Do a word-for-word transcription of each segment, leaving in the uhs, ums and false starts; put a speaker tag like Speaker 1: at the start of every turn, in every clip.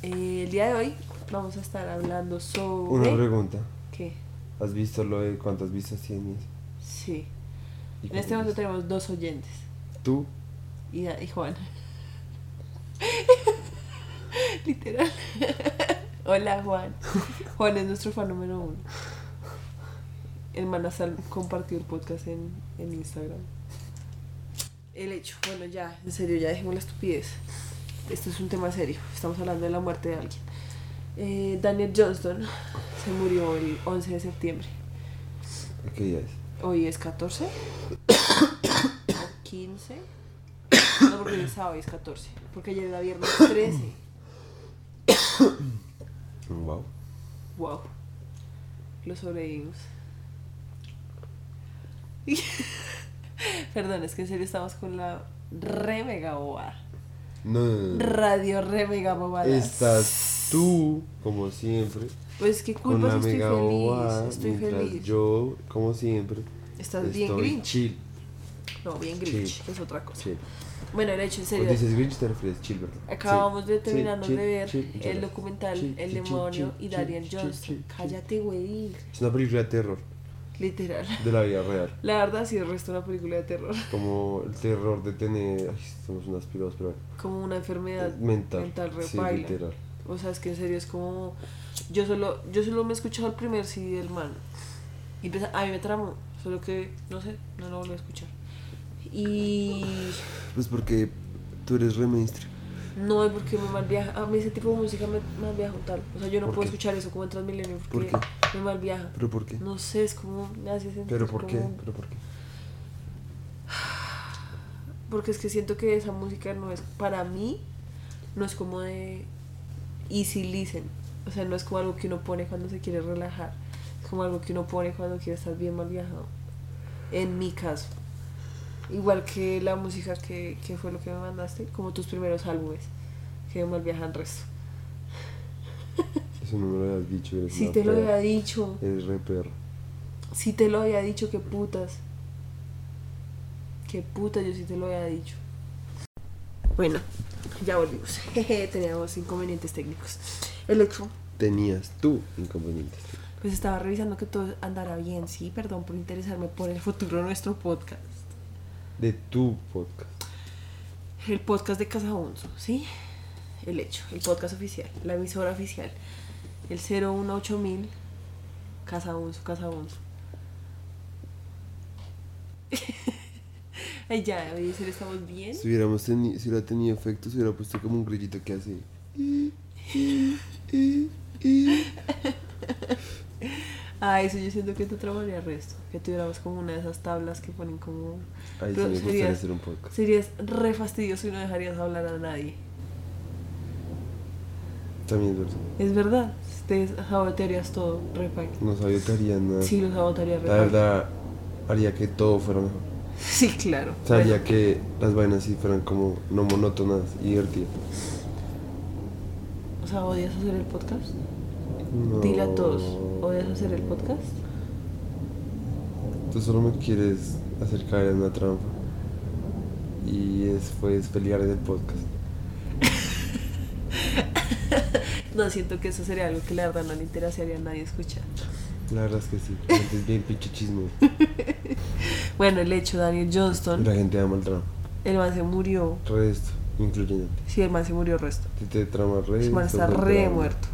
Speaker 1: Eh, el día de hoy vamos a estar hablando sobre...
Speaker 2: Una pregunta.
Speaker 1: ¿Qué?
Speaker 2: ¿Has visto lo de cuántas vistas tienes?
Speaker 1: Sí.
Speaker 2: ¿Y
Speaker 1: En este momento
Speaker 2: viste?
Speaker 1: tenemos dos oyentes.
Speaker 2: ¿Tú?
Speaker 1: Y, Da- y Juan. Literal. Hola, Juan. Juan es nuestro fan número uno. El Manazal compartió el podcast en, en Instagram. El hecho, bueno, ya, en serio, ya dejemos la estupidez. Esto es un tema serio. Estamos hablando de la muerte de alguien. Eh, Daniel Johnston se murió el once de septiembre.
Speaker 2: ¿Qué día es?
Speaker 1: Hoy es catorce o quince. No, porque hoy es sábado y es catorce. Porque ayer era viernes trece.
Speaker 2: Wow.
Speaker 1: Wow. Lo sobrevivimos. Perdón, es que en serio estamos con la re mega bobada.
Speaker 2: No, no, no.
Speaker 1: Radio re mega bobada.
Speaker 2: Estás tú, como siempre,
Speaker 1: Pues qué
Speaker 2: con
Speaker 1: culpa
Speaker 2: la
Speaker 1: si estoy
Speaker 2: mega
Speaker 1: feliz.
Speaker 2: bobada,
Speaker 1: Estoy
Speaker 2: mientras
Speaker 1: feliz.
Speaker 2: yo, como siempre,
Speaker 1: Estás bien
Speaker 2: estoy
Speaker 1: grinch.
Speaker 2: chill.
Speaker 1: No, bien grinch,
Speaker 2: Chill.
Speaker 1: que es otra cosa.
Speaker 2: Chill.
Speaker 1: Bueno, el hecho, en
Speaker 2: Cuando
Speaker 1: serio.
Speaker 2: dices grinch te refieres chill, ¿verdad?
Speaker 1: Acabamos
Speaker 2: Sí.
Speaker 1: de terminarnos
Speaker 2: Sí, chill,
Speaker 1: de ver
Speaker 2: chill, muchas
Speaker 1: el
Speaker 2: gracias.
Speaker 1: documental
Speaker 2: Chill,
Speaker 1: El
Speaker 2: chill,
Speaker 1: demonio
Speaker 2: chill,
Speaker 1: y
Speaker 2: chill,
Speaker 1: Daniel
Speaker 2: chill,
Speaker 1: Johnston.
Speaker 2: chill, chill.
Speaker 1: Cállate, güey.
Speaker 2: Es una película de terror,
Speaker 1: Literal.
Speaker 2: de la vida real.
Speaker 1: La verdad, sí, el resto es una película de terror.
Speaker 2: Como el terror de tener... Ay, somos unas piros, pero...
Speaker 1: Como una enfermedad
Speaker 2: Mental.
Speaker 1: mental re
Speaker 2: Sí,
Speaker 1: paila.
Speaker 2: literal.
Speaker 1: O sea, es que en serio es como... Yo solo, yo solo me he escuchado el primer C D del man. Y empieza, a mí me tramó. Solo que, no sé, no lo volví a escuchar. Y...
Speaker 2: Pues porque tú eres re mainstream.
Speaker 1: No, porque me malviaja. A mí ese tipo de música me malviaja un tal. O sea, yo no
Speaker 2: ¿Por
Speaker 1: puedo
Speaker 2: qué?
Speaker 1: escuchar eso como en Transmilenio porque
Speaker 2: ¿Por
Speaker 1: me malviaja.
Speaker 2: ¿Pero por qué?
Speaker 1: No sé, es como... Me hace sentir
Speaker 2: ¿Pero por
Speaker 1: como-
Speaker 2: qué? ¿Pero por qué?
Speaker 1: Porque es que siento que esa música no es... Para mí, no es como de... Easy listen. O sea, no es como algo que uno pone cuando se quiere relajar. Es como algo que uno pone cuando quiere estar bien mal viajado. En mi caso. Igual que la música que, que fue lo que me mandaste, como tus primeros álbumes, que me mal viajan resto.
Speaker 2: Eso no me lo habías dicho. Eres
Speaker 1: Si
Speaker 2: una
Speaker 1: te lo
Speaker 2: perra.
Speaker 1: había dicho,
Speaker 2: Eres re perro.
Speaker 1: si te lo había dicho, qué putas. Qué putas, yo sí te lo había dicho. Bueno, ya volvimos. Teníamos inconvenientes técnicos. El hecho,
Speaker 2: Tenías tú inconvenientes.
Speaker 1: pues estaba revisando que todo andara bien, sí, perdón por interesarme por el futuro de nuestro podcast.
Speaker 2: De tu podcast.
Speaker 1: El podcast de Casa Bonzo, ¿sí? El hecho, el podcast oficial, la emisora oficial. El cero uno ocho mil, Casa Bonzo, Casa Bonzo. Ay, ya, oye, ¿en serio estamos bien?
Speaker 2: Si hubiéramos teni- si hubiera tenido efectos, hubiera puesto como un grillito que hace. "I, i, i, i".
Speaker 1: Ah, eso yo siento que te trabajaría resto. Que tuviéramos como una de esas tablas que ponen como...
Speaker 2: Ahí sí
Speaker 1: Pero
Speaker 2: me gustaría
Speaker 1: serías-
Speaker 2: hacer un podcast.
Speaker 1: Serías re fastidioso y no dejarías hablar a nadie.
Speaker 2: También es verdad.
Speaker 1: Es verdad, te sabotearías todo, re paila.
Speaker 2: No sabotaría nada.
Speaker 1: Sí, lo sabotaría re
Speaker 2: La
Speaker 1: paila.
Speaker 2: verdad, haría que todo fuera mejor.
Speaker 1: Sí, claro.
Speaker 2: O sea, haría
Speaker 1: Bueno,
Speaker 2: que las vainas sí fueran como no monótonas y divertidas.
Speaker 1: o sea, ¿odias hacer el podcast?
Speaker 2: No.
Speaker 1: Dile a todos, ¿odias hacer el podcast?
Speaker 2: Tú solo me quieres hacer caer en una trampa. Y después pelear en el podcast.
Speaker 1: No, siento que eso sería algo que la verdad no le interesaría a nadie escuchar.
Speaker 2: La verdad es que sí. La gente es bien pinche chisme.
Speaker 1: Bueno, el hecho, Daniel Johnston,
Speaker 2: La gente ama el drama.
Speaker 1: el man se murió.
Speaker 2: Resto, incluyente.
Speaker 1: Sí, el man se murió resto.
Speaker 2: Si te trama resto.
Speaker 1: El man está
Speaker 2: pues,
Speaker 1: re
Speaker 2: drama.
Speaker 1: muerto.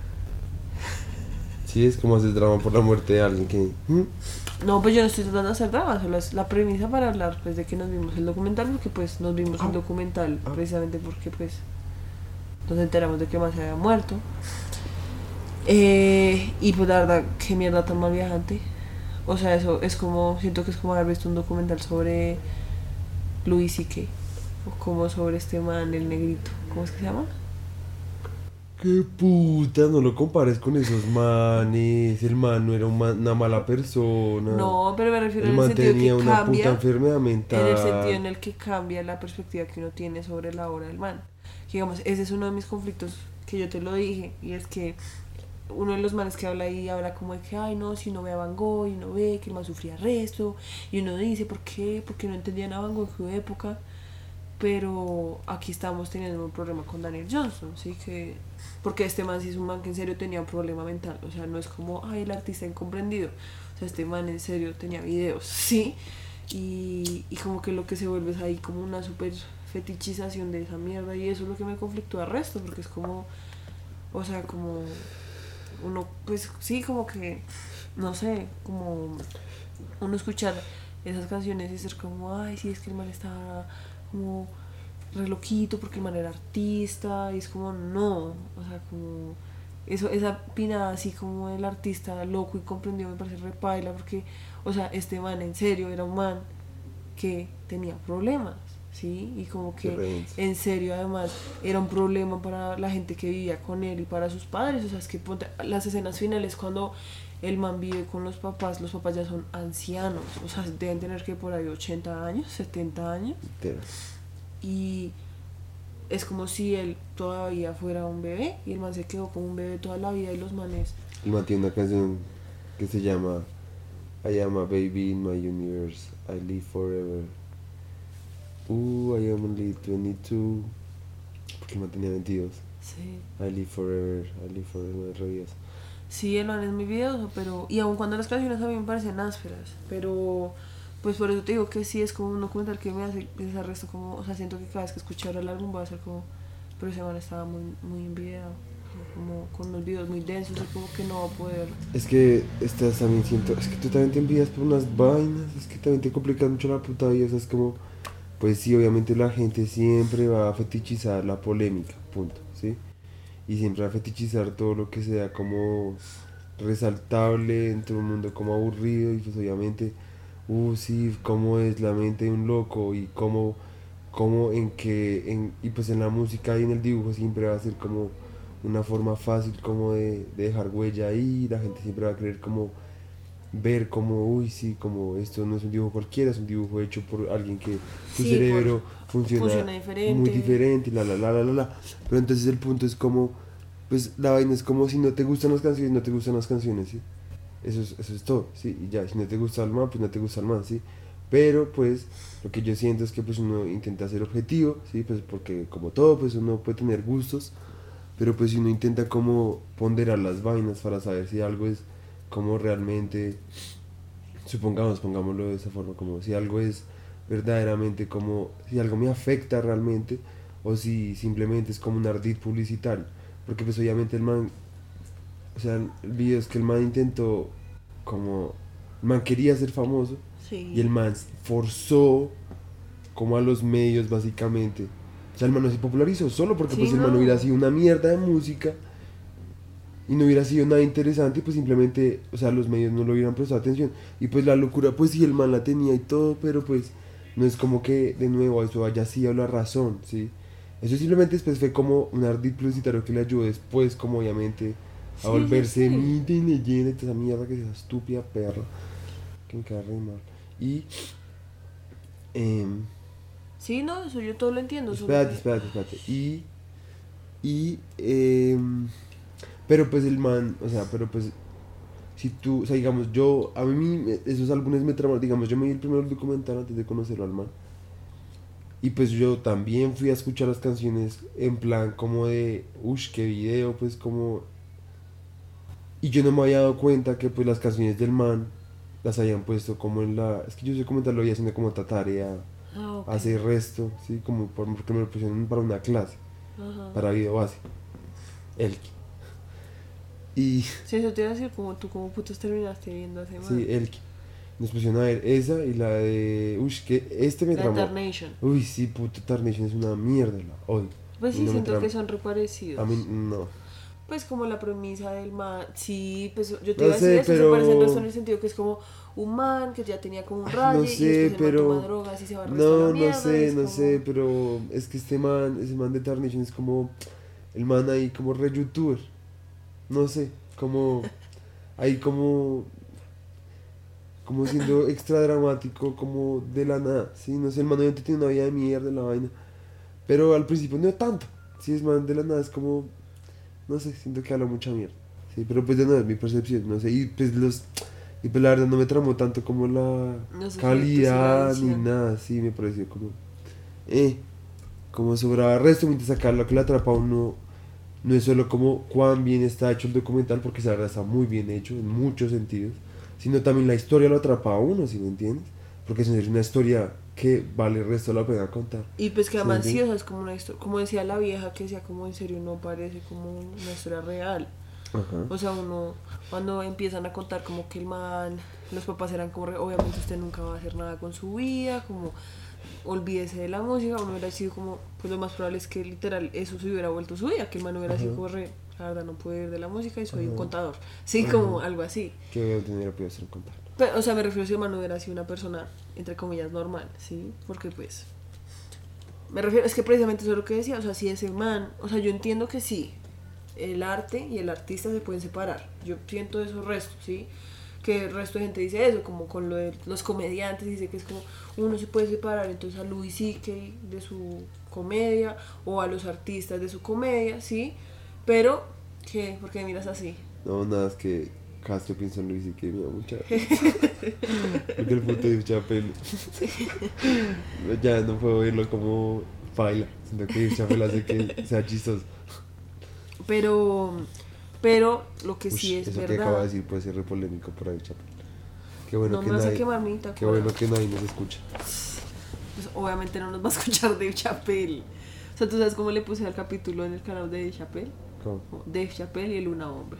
Speaker 2: Sí, es como hacer drama por la muerte de alguien que... ¿Mm?
Speaker 1: No, pues yo no estoy tratando de hacer drama, solo es la premisa para hablar pues de que nos vimos el documental, porque pues nos vimos el documental
Speaker 2: Ah.
Speaker 1: precisamente porque pues nos enteramos de que más se había muerto. Eh, y pues la verdad, qué mierda tan mal viajante. O sea, eso es como, siento que es como haber visto un documental sobre Louis C K o como sobre este man, el negrito, ¿cómo es que se llama?
Speaker 2: ¡Qué puta! No lo compares con esos manes. El man no era un man- una mala persona.
Speaker 1: No, pero me refiero
Speaker 2: El
Speaker 1: en el
Speaker 2: man
Speaker 1: sentido
Speaker 2: tenía
Speaker 1: que
Speaker 2: una
Speaker 1: cambia.
Speaker 2: puta enfermedad mental.
Speaker 1: En el sentido en el que cambia la perspectiva que uno tiene sobre la obra del man. Que, digamos, ese es uno de mis conflictos que yo te lo dije, y es que uno de los manes que habla ahí habla como de que, ay no, si uno ve a Van Gogh y uno ve que el man sufría resto, y uno dice, ¿por qué? Porque no entendían a Van Gogh en su época. pero aquí estamos teniendo un problema con Daniel Johnston, ¿sí? Que, porque este man sí es un man que en serio tenía un problema mental, o sea, no es como, ay, el artista incomprendido, o sea, este man en serio tenía videos, ¿sí? Y, y como que lo que se vuelve es ahí como una super fetichización de esa mierda, y eso es lo que me conflictúa al resto, porque es como, o sea, como uno, pues sí, como que, no sé, como uno escuchar esas canciones y ser como, ay, sí, es que el man está como re loquito porque el man era artista, y es como, no, o sea, como eso, esa pinada así como el artista loco y comprendido me parece re paila, porque, o sea, este man en serio era un man que tenía problemas, ¿sí? Y como que en serio además era un problema para la gente que vivía con él y para sus padres, o sea, es que ponte, las escenas finales cuando el man vive con los papás, los papás ya son ancianos, o sea, deben tener que por ahí ochenta años, setenta años, y es como si él todavía fuera un bebé, y el man se quedó como un bebé toda la vida, y los manes...
Speaker 2: El man tiene una canción que se llama I am a baby in my universe, I live forever. Uh, I am only twenty-two. Porque el man tenía veintidós.
Speaker 1: Sí.
Speaker 2: I live forever, I live forever, no te rías.
Speaker 1: Sí, el man es muy videoso, pero... Y aun cuando las canciones a mí me parecen ásperas, pero... Pues por eso te digo que sí es como un documental que me hace desarresto como... O sea, siento que cada vez que escucho ahora el álbum voy a ser como... Pero ese man estaba muy, muy envidiado, como con unos videos muy densos, y como que no va a poder...
Speaker 2: Es que estás también siento... Es que tú también te envías por unas vainas, es que también te complicas mucho la puta vida, o sea, es como... Pues sí, obviamente la gente siempre va a fetichizar la polémica, punto, ¿sí? Y siempre va a fetichizar todo lo que sea como resaltable dentro de un mundo como aburrido, y pues obviamente, uh, sí, cómo es la mente de un loco, y cómo, cómo en que, en, y pues en la música y en el dibujo siempre va a ser como una forma fácil como de, de dejar huella ahí, y la gente siempre va a querer como ver como, uy, sí, como esto no es un dibujo cualquiera, es un dibujo hecho por alguien que su
Speaker 1: Sí,
Speaker 2: cerebro
Speaker 1: por,
Speaker 2: funciona,
Speaker 1: funciona diferente.
Speaker 2: muy diferente, y la, la, la, la, la, la. Pero entonces el punto es como, pues la vaina es como si no te gustan las canciones, no te gustan las canciones, ¿sí? Eso es, eso es todo, ¿sí? Y ya, si no te gusta el man, pues no te gusta el man, ¿sí? Pero pues lo que yo siento es que pues uno intenta ser objetivo, ¿sí? Pues porque como todo, pues uno puede tener gustos, pero pues si uno intenta como ponderar las vainas para saber si algo es como realmente, supongamos, pongámoslo de esa forma, como si algo es verdaderamente como, si algo me afecta realmente, o si simplemente es como un ardid publicitario, porque pues obviamente el man, o sea, el video es que el man intentó como, el man quería ser famoso,
Speaker 1: Sí.
Speaker 2: y el man forzó como a los medios básicamente, o sea, el man no se popularizó solo porque
Speaker 1: Sí,
Speaker 2: pues el man
Speaker 1: no.
Speaker 2: hubiera sido una mierda de música y no hubiera sido nada interesante, pues simplemente, o sea, los medios no lo hubieran prestado atención. Y pues la locura, pues sí, el man la tenía y todo, pero pues no es como que de nuevo eso haya sido la razón, ¿sí? Eso simplemente después fue como un ardid publicitario que le ayudó después, como obviamente, a
Speaker 1: Sí,
Speaker 2: volverse
Speaker 1: sí, sí.
Speaker 2: mito y leyenda y toda esa mierda, que es esa estúpida perra, que me cae re mal. Y, em,
Speaker 1: Sí, no, eso yo todo lo entiendo. solo
Speaker 2: espérate,
Speaker 1: que-
Speaker 2: espérate, espérate. Y, y, em, pero pues el man, o sea, pero pues si tú, o sea, digamos, yo, a mí me- esos álbumes me tramaron, digamos, yo me vi el primer documental antes de conocerlo al man, y pues yo también fui a escuchar las canciones en plan como de, uff, qué video, pues como, y yo no me había dado cuenta que pues las canciones del man las habían puesto como en la, es que yo ese documental lo había haciendo como otra tarea,
Speaker 1: Ah, ok.
Speaker 2: hace resto, sí, como por- porque me lo pusieron para una clase,
Speaker 1: Ajá.
Speaker 2: para video base, el y
Speaker 1: Sí, eso te iba a decir, como tú, como putos terminaste viendo ese man.
Speaker 2: sí, Elki. Nos pusieron a ver esa y la de. Uy, que este me
Speaker 1: La
Speaker 2: tramó.
Speaker 1: Tarnation.
Speaker 2: Uy, sí, puto Tarnation es una mierda, la odio.
Speaker 1: Pues
Speaker 2: Y
Speaker 1: sí,
Speaker 2: no me
Speaker 1: siento
Speaker 2: trama.
Speaker 1: que son reparecidos.
Speaker 2: A mí, no.
Speaker 1: Pues como la premisa del man, sí, pues yo te
Speaker 2: No
Speaker 1: iba a decir
Speaker 2: sé,
Speaker 1: eso,
Speaker 2: pero-
Speaker 1: se parecen resto en el sentido que es como un man que ya tenía como un raye
Speaker 2: No
Speaker 1: y
Speaker 2: sé,
Speaker 1: después el man
Speaker 2: pero.
Speaker 1: toma drogas y se va al resto de
Speaker 2: No,
Speaker 1: la mierda.
Speaker 2: no
Speaker 1: y
Speaker 2: sé,
Speaker 1: es
Speaker 2: no
Speaker 1: como-
Speaker 2: sé, pero es que este man, ese man de Tarnation es como. El man ahí como re youtuber. No sé, como. Ahí como. Como siendo extra dramático, como de la nada. Sí, no sé, el man obviamente tiene una vida de mierda en la vaina. Pero al principio no tanto. Sí, es man de la nada, es como. No sé, siento que habla mucha mierda. Sí, pero pues de nuevo es mi percepción, no sé. Y pues los. Y pues la verdad no me tramó tanto como la
Speaker 1: Los efectos y la
Speaker 2: calidad ni
Speaker 1: edición.
Speaker 2: nada, sí, me pareció como. Eh. como sobraba el resto, mientras acá lo que le atrapa a uno no es solo como cuán bien está hecho el documental, porque esa verdad está muy bien hecho en muchos sentidos, sino también la historia lo atrapa a uno, ¿sí me entiendes? Porque es una historia que vale el resto de la pena contar.
Speaker 1: Y pues que
Speaker 2: ¿Sí
Speaker 1: además
Speaker 2: me
Speaker 1: sí, o
Speaker 2: entiendes?
Speaker 1: sea, es como una historia, como decía la vieja, que decía como en serio no parece como una historia real.
Speaker 2: Ajá.
Speaker 1: O sea, uno, cuando empiezan a contar como que el man, los papás eran como, re- obviamente usted nunca va a hacer nada con su vida, como olvídese de la música, uno hubiera sido como, pues lo más probable es que literal eso se hubiera vuelto su vida, que el man hubiera
Speaker 2: Ajá.
Speaker 1: sido como, re, la verdad no puedo ir de la música y soy
Speaker 2: Ajá.
Speaker 1: un contador. Sí,
Speaker 2: Ajá.
Speaker 1: como algo así.
Speaker 2: Que voy a tener que hacer contar.
Speaker 1: Pero, o sea, me refiero a si el man hubiera sido una persona, entre comillas, normal, ¿sí? Porque pues, me refiero, es que precisamente eso es lo que decía, o sea, si ese man, o sea, yo entiendo que sí, el arte y el artista se pueden separar, yo siento esos restos, ¿sí? Que el resto de gente dice eso, como con lo de los comediantes, dice que es como uno se puede separar entonces a Louis C K de su comedia o a los artistas de su comedia, ¿sí? Pero, ¿qué? ¿Por qué me miras así?
Speaker 2: No, nada, es que cada vez que pienso en Luis y que me da mucha risa. Porque el puto de Chapel. Ya no puedo verlo como baila, sino que Chapel hace que sea chistoso.
Speaker 1: Pero, pero lo que sí
Speaker 2: Ush,
Speaker 1: es
Speaker 2: eso que
Speaker 1: verdad.
Speaker 2: acaba de decir puede ser re polémico por ahí, Chapel. Qué bueno
Speaker 1: No
Speaker 2: que
Speaker 1: me vas a
Speaker 2: nadie,
Speaker 1: quemar, ni te
Speaker 2: qué
Speaker 1: acuerdas.
Speaker 2: bueno que nadie nos escucha.
Speaker 1: Pues obviamente no nos va a escuchar Dave Chappelle. O sea, ¿tú sabes cómo le puse al capítulo en el canal de Dave Chappelle?
Speaker 2: ¿Cómo?
Speaker 1: Dave Chappelle y el Luna Bomber.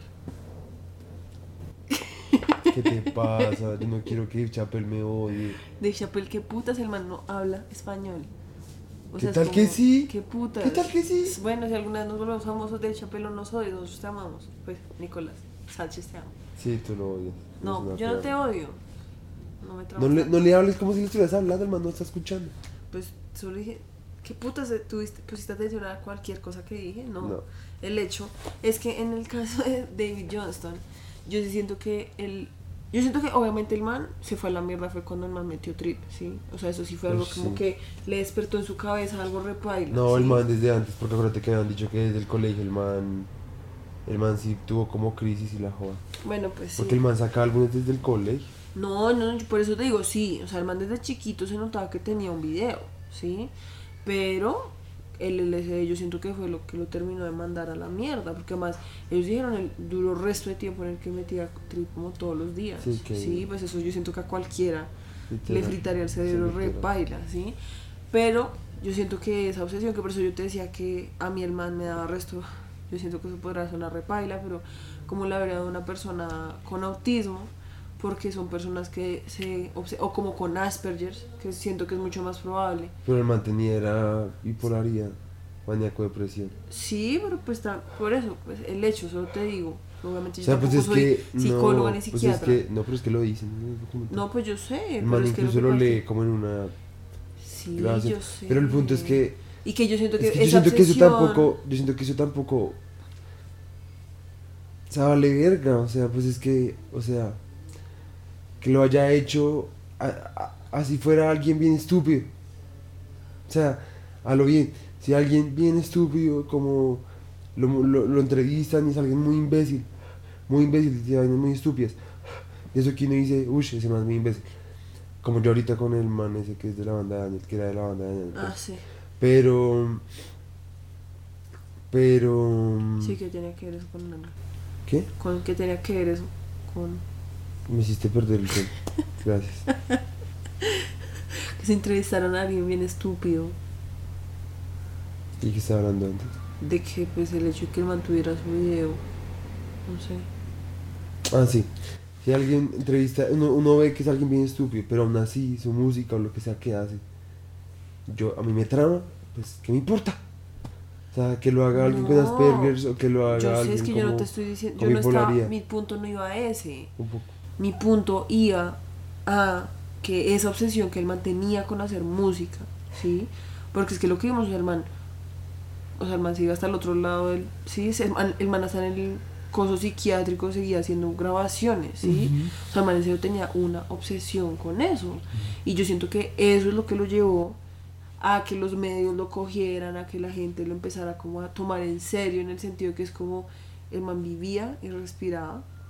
Speaker 2: ¿Qué te pasa? Yo no quiero que Chapel me odie.
Speaker 1: Dave Chappelle, ¿qué putas? El man no habla español. O
Speaker 2: ¿Qué
Speaker 1: sea, es
Speaker 2: tal
Speaker 1: como,
Speaker 2: que sí?
Speaker 1: ¿Qué putas?
Speaker 2: ¿Qué tal que sí?
Speaker 1: Bueno, si alguna vez nos volvemos famosos, Dave Chappelle no nos odia, nosotros te amamos. Pues, Nicolás Sánchez te amo.
Speaker 2: Sí, tú lo odias.
Speaker 1: No,
Speaker 2: Es una
Speaker 1: yo no te
Speaker 2: fea.
Speaker 1: odio. No me
Speaker 2: No
Speaker 1: traumas
Speaker 2: le,
Speaker 1: tanto.
Speaker 2: no le hables como si le estuvieras hablando, el man no está escuchando.
Speaker 1: Pues solo dije, ¿qué putas de- tuviste, pusiste atención a cualquier cosa que dije? No.
Speaker 2: No.
Speaker 1: El hecho es que en el caso de David Johnston, yo sí siento que el... Yo siento que obviamente el man se fue a la mierda, fue cuando el man metió trip, ¿sí? O sea, eso sí fue algo
Speaker 2: Pues
Speaker 1: como
Speaker 2: sí.
Speaker 1: que le despertó en su cabeza algo repaila.
Speaker 2: No, el
Speaker 1: ¿sí?
Speaker 2: man desde antes, porque acuérdate que habían dicho que desde el colegio el man. El man sí tuvo como crisis y la joda.
Speaker 1: Bueno, pues sí.
Speaker 2: Porque el man saca álbumes desde el colegio.
Speaker 1: No, no, yo por eso te digo, sí, o sea, el man desde chiquito se notaba que tenía un video, ¿sí? Pero el L S D yo siento que fue lo que lo terminó de mandar a la mierda, porque además ellos dijeron el duro resto de tiempo en el que metía trip como todos los días,
Speaker 2: Sí, que-
Speaker 1: sí, pues eso yo siento que a cualquiera le
Speaker 2: Literal.
Speaker 1: fritaría el cerebro
Speaker 2: Sí,
Speaker 1: re
Speaker 2: literal.
Speaker 1: paila, ¿sí? Pero yo siento que esa obsesión, que por eso yo te decía que a mí el man me daba resto, yo siento que eso podrá sonar re paila, pero como la verdad de una persona con autismo, porque son personas que se obse- o como con Asperger, que siento que es mucho más probable.
Speaker 2: Pero el man tenía era bipolaridad, maníaco depresión.
Speaker 1: Sí, pero pues está, por eso, pues el hecho, solo te digo, obviamente
Speaker 2: O
Speaker 1: yo
Speaker 2: sea, pues
Speaker 1: tampoco
Speaker 2: es
Speaker 1: soy
Speaker 2: que.
Speaker 1: psicóloga
Speaker 2: no,
Speaker 1: ni
Speaker 2: pues es
Speaker 1: psiquiatra.
Speaker 2: que. No, pero es que lo dicen. ¿No? El documental.
Speaker 1: No, pues yo sé,
Speaker 2: El
Speaker 1: pero
Speaker 2: man
Speaker 1: es que
Speaker 2: incluso
Speaker 1: que
Speaker 2: lo
Speaker 1: pasa-
Speaker 2: lee como en una.
Speaker 1: Sí,
Speaker 2: grabación.
Speaker 1: yo sé.
Speaker 2: Pero el punto es que.
Speaker 1: Y que yo siento que,
Speaker 2: Es que yo
Speaker 1: esa
Speaker 2: siento que eso
Speaker 1: obsesión-
Speaker 2: tampoco. Yo siento que eso tampoco. O sea, vale verga. O sea, pues es que. O sea. Que lo haya hecho. A, a- así fuera alguien bien estúpido. O sea, a lo bien. Si alguien bien estúpido, como. Lo, lo, lo entrevistan y es alguien muy imbécil. Muy imbécil, dice vainas muy estúpidas. Y eso que uno dice, uy, ese man es muy imbécil. Como yo ahorita con el man ese que es de la banda de Daniel, que era de la banda de Daniel.
Speaker 1: Ah,
Speaker 2: pues.
Speaker 1: sí.
Speaker 2: Pero. Pero.
Speaker 1: Sí, que tenía que ver eso con nada.
Speaker 2: ¿Qué?
Speaker 1: Con que tenía que ver eso con
Speaker 2: Me hiciste perder el tiempo. Gracias.
Speaker 1: que se entrevistaron a alguien bien estúpido,
Speaker 2: ¿Y qué estaba hablando antes?
Speaker 1: de que pues el hecho de que él mantuviera su video, no sé.
Speaker 2: Ah, sí. Si alguien entrevista, uno, uno ve que es alguien bien estúpido, pero aún así su música o lo que sea que hace, yo a mí me trama, pues ¿qué me importa? O sea, que lo haga alguien con
Speaker 1: No,
Speaker 2: Asperger o que lo haga
Speaker 1: Yo sé,
Speaker 2: alguien
Speaker 1: es que
Speaker 2: como
Speaker 1: yo no te estoy diciendo,
Speaker 2: con
Speaker 1: yo no estaba,
Speaker 2: bipolaridad.
Speaker 1: mi punto no iba a ese.
Speaker 2: Un poco.
Speaker 1: Mi punto iba a que esa obsesión que él mantenía con hacer música, ¿sí? Porque es que lo que vimos, el man, o sea, el man se iba hasta el otro lado del, sí, el man, el man hasta en el coso psiquiátrico seguía haciendo grabaciones, ¿sí?
Speaker 2: Ujú.
Speaker 1: O sea, el man en serio tenía una obsesión con eso. Y yo siento que eso es lo que lo llevó a que los medios lo cogieran, a que la gente lo empezara como a tomar en serio, en el sentido que es como el man vivía y respiraba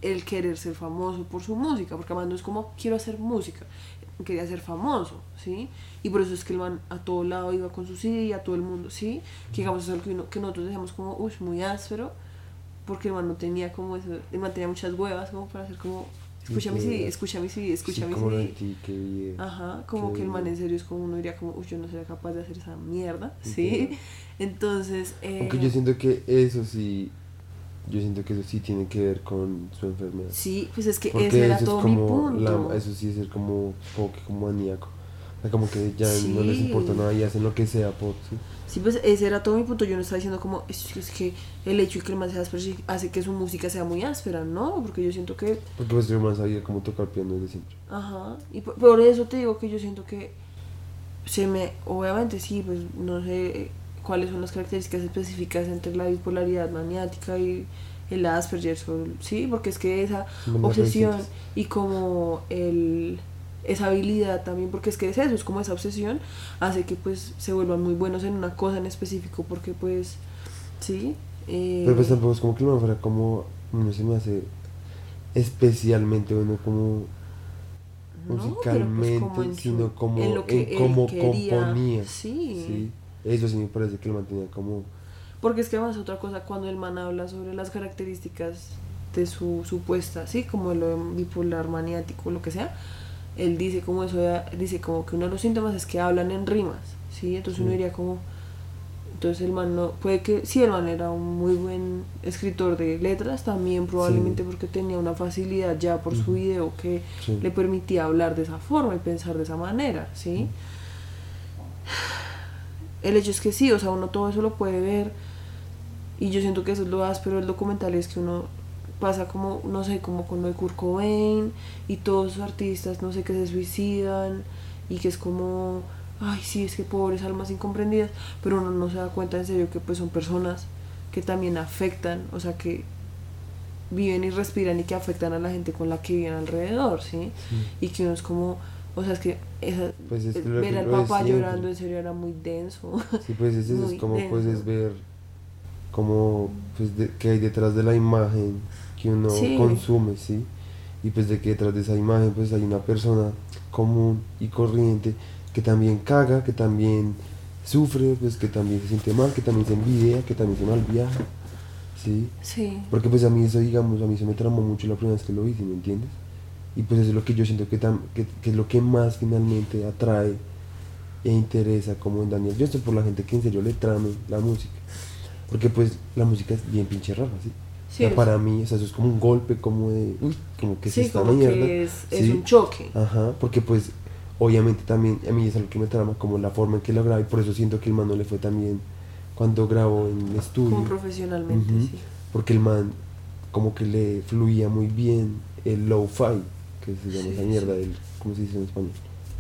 Speaker 1: el querer ser famoso por su música, porque además no es como quiero hacer música, quería ser famoso, ¿sí? Y por eso es que el man a todo lado iba con su C D, a todo el mundo, ¿sí? Que digamos es algo que, uno, que nosotros decíamos como, uy, muy áspero, porque el man no tenía como eso, el man tenía muchas huevas como para hacer como, escucha mi C D, escucha mi C D, escucha
Speaker 2: sí,
Speaker 1: mi
Speaker 2: como
Speaker 1: C D.
Speaker 2: de ti, qué bien,
Speaker 1: Ajá, como
Speaker 2: qué
Speaker 1: que el man
Speaker 2: bien.
Speaker 1: en serio es como uno diría como, uy, yo no sería capaz de hacer esa mierda, ¿sí?
Speaker 2: Entiendo.
Speaker 1: Entonces, eh,
Speaker 2: Aunque yo siento que eso sí, yo siento que eso sí tiene que ver con su enfermedad.
Speaker 1: sí, pues es que ese
Speaker 2: Porque
Speaker 1: era
Speaker 2: eso es
Speaker 1: todo mi
Speaker 2: como,
Speaker 1: punto.
Speaker 2: la, eso sí es ser como, como que como maníaco. O sea, como que ya no les
Speaker 1: Sí.
Speaker 2: importa nada y hacen lo que sea por, ¿sí?
Speaker 1: Sí, pues ese era todo mi punto. Yo no estaba diciendo como, es, es que el hecho de que el man sea áspero sí hace que su música sea muy áspera, ¿no? Porque yo siento que,
Speaker 2: Porque pues yo más sabía cómo tocar piano desde siempre.
Speaker 1: ajá, y por, por eso te digo que yo siento que se me, obviamente sí, pues no sé cuáles son las características específicas entre la bipolaridad maniática y el Asperger, o- sí, porque es que esa
Speaker 2: Bueno,
Speaker 1: obsesión
Speaker 2: revistas.
Speaker 1: y como el esa habilidad también, porque es que es eso, es como esa obsesión hace que pues se vuelvan muy buenos en una cosa en específico, porque pues sí, eh,
Speaker 2: Pero pues tampoco es como que el man fuera como, no se me hace especialmente bueno como
Speaker 1: no, pero pues
Speaker 2: musicalmente,
Speaker 1: como en, su,
Speaker 2: sino como
Speaker 1: en lo que
Speaker 2: en
Speaker 1: él
Speaker 2: cómo
Speaker 1: quería,
Speaker 2: componía.
Speaker 1: sí.
Speaker 2: Sí, eso sí me parece que el man tenía como...
Speaker 1: Porque es que además otra cosa, cuando el man habla sobre las características de su supuesta, sí, como lo de bipolar maniático, lo que sea, él dice como eso, de- dice como que uno de los síntomas es que hablan en rimas, sí, entonces uno
Speaker 2: Sí.
Speaker 1: diría como, entonces el man no, puede que, sí, el man era un muy buen escritor de letras, también probablemente
Speaker 2: Sí.
Speaker 1: porque tenía una facilidad ya por su
Speaker 2: Ujú.
Speaker 1: video que
Speaker 2: Sí.
Speaker 1: le permitía hablar de esa forma y pensar de esa manera, sí. El hecho es que sí, o sea, uno todo eso lo puede ver y yo siento que eso es lo áspero del documental, es que uno pasa como, no sé, como con lo de Kurt Cobain y todos los artistas, no sé, que se suicidan y que es como, ay, sí, es que pobres almas incomprendidas, pero uno no se da cuenta en serio que pues son personas que también afectan, o sea, que viven y respiran y que afectan a la gente con la que viven alrededor, ¿sí?
Speaker 2: Sí.
Speaker 1: Y que uno es como, o sea, es que esa,
Speaker 2: Pues es que lo
Speaker 1: ver
Speaker 2: que
Speaker 1: al
Speaker 2: lo es
Speaker 1: papá
Speaker 2: siempre.
Speaker 1: llorando en serio era muy denso.
Speaker 2: Sí, pues es eso, es
Speaker 1: Muy
Speaker 2: como
Speaker 1: denso.
Speaker 2: puedes ver como pues de, que hay detrás de la imagen que uno
Speaker 1: Sí.
Speaker 2: consume, ¿sí? Y pues de que detrás de esa imagen pues hay una persona común y corriente que también caga, que también sufre, pues que también se siente mal, que también se envidia, que también se malviaja, ¿sí?
Speaker 1: Sí.
Speaker 2: Porque pues a mí eso, digamos, a mí se me tramó mucho la primera vez que lo vi, ¿sí me entiendes? Y pues eso es lo que yo siento que, tam, que, que es lo que más finalmente atrae e interesa como en Daniel Johnston por la gente que en serio le trame la música. Porque pues la música es bien pinche rara, ¿sí?
Speaker 1: Sí,
Speaker 2: O sea,
Speaker 1: es-
Speaker 2: para mí, o sea, eso es como un golpe, como de, uy, como que
Speaker 1: sí,
Speaker 2: es esta
Speaker 1: como
Speaker 2: mierda.
Speaker 1: que es, es
Speaker 2: ¿sí?
Speaker 1: un choque.
Speaker 2: Ajá, porque pues obviamente también a mí es algo que me trama como la forma en que lo graba y por eso siento que el man no le fue tan bien cuando grabó en el estudio.
Speaker 1: Como profesionalmente,
Speaker 2: Ujú,
Speaker 1: sí.
Speaker 2: porque el man como que le fluía muy bien el lo-fi, que se llama
Speaker 1: Sí,
Speaker 2: esa
Speaker 1: sí,
Speaker 2: mierda,
Speaker 1: sí.
Speaker 2: el, ¿cómo se dice en español?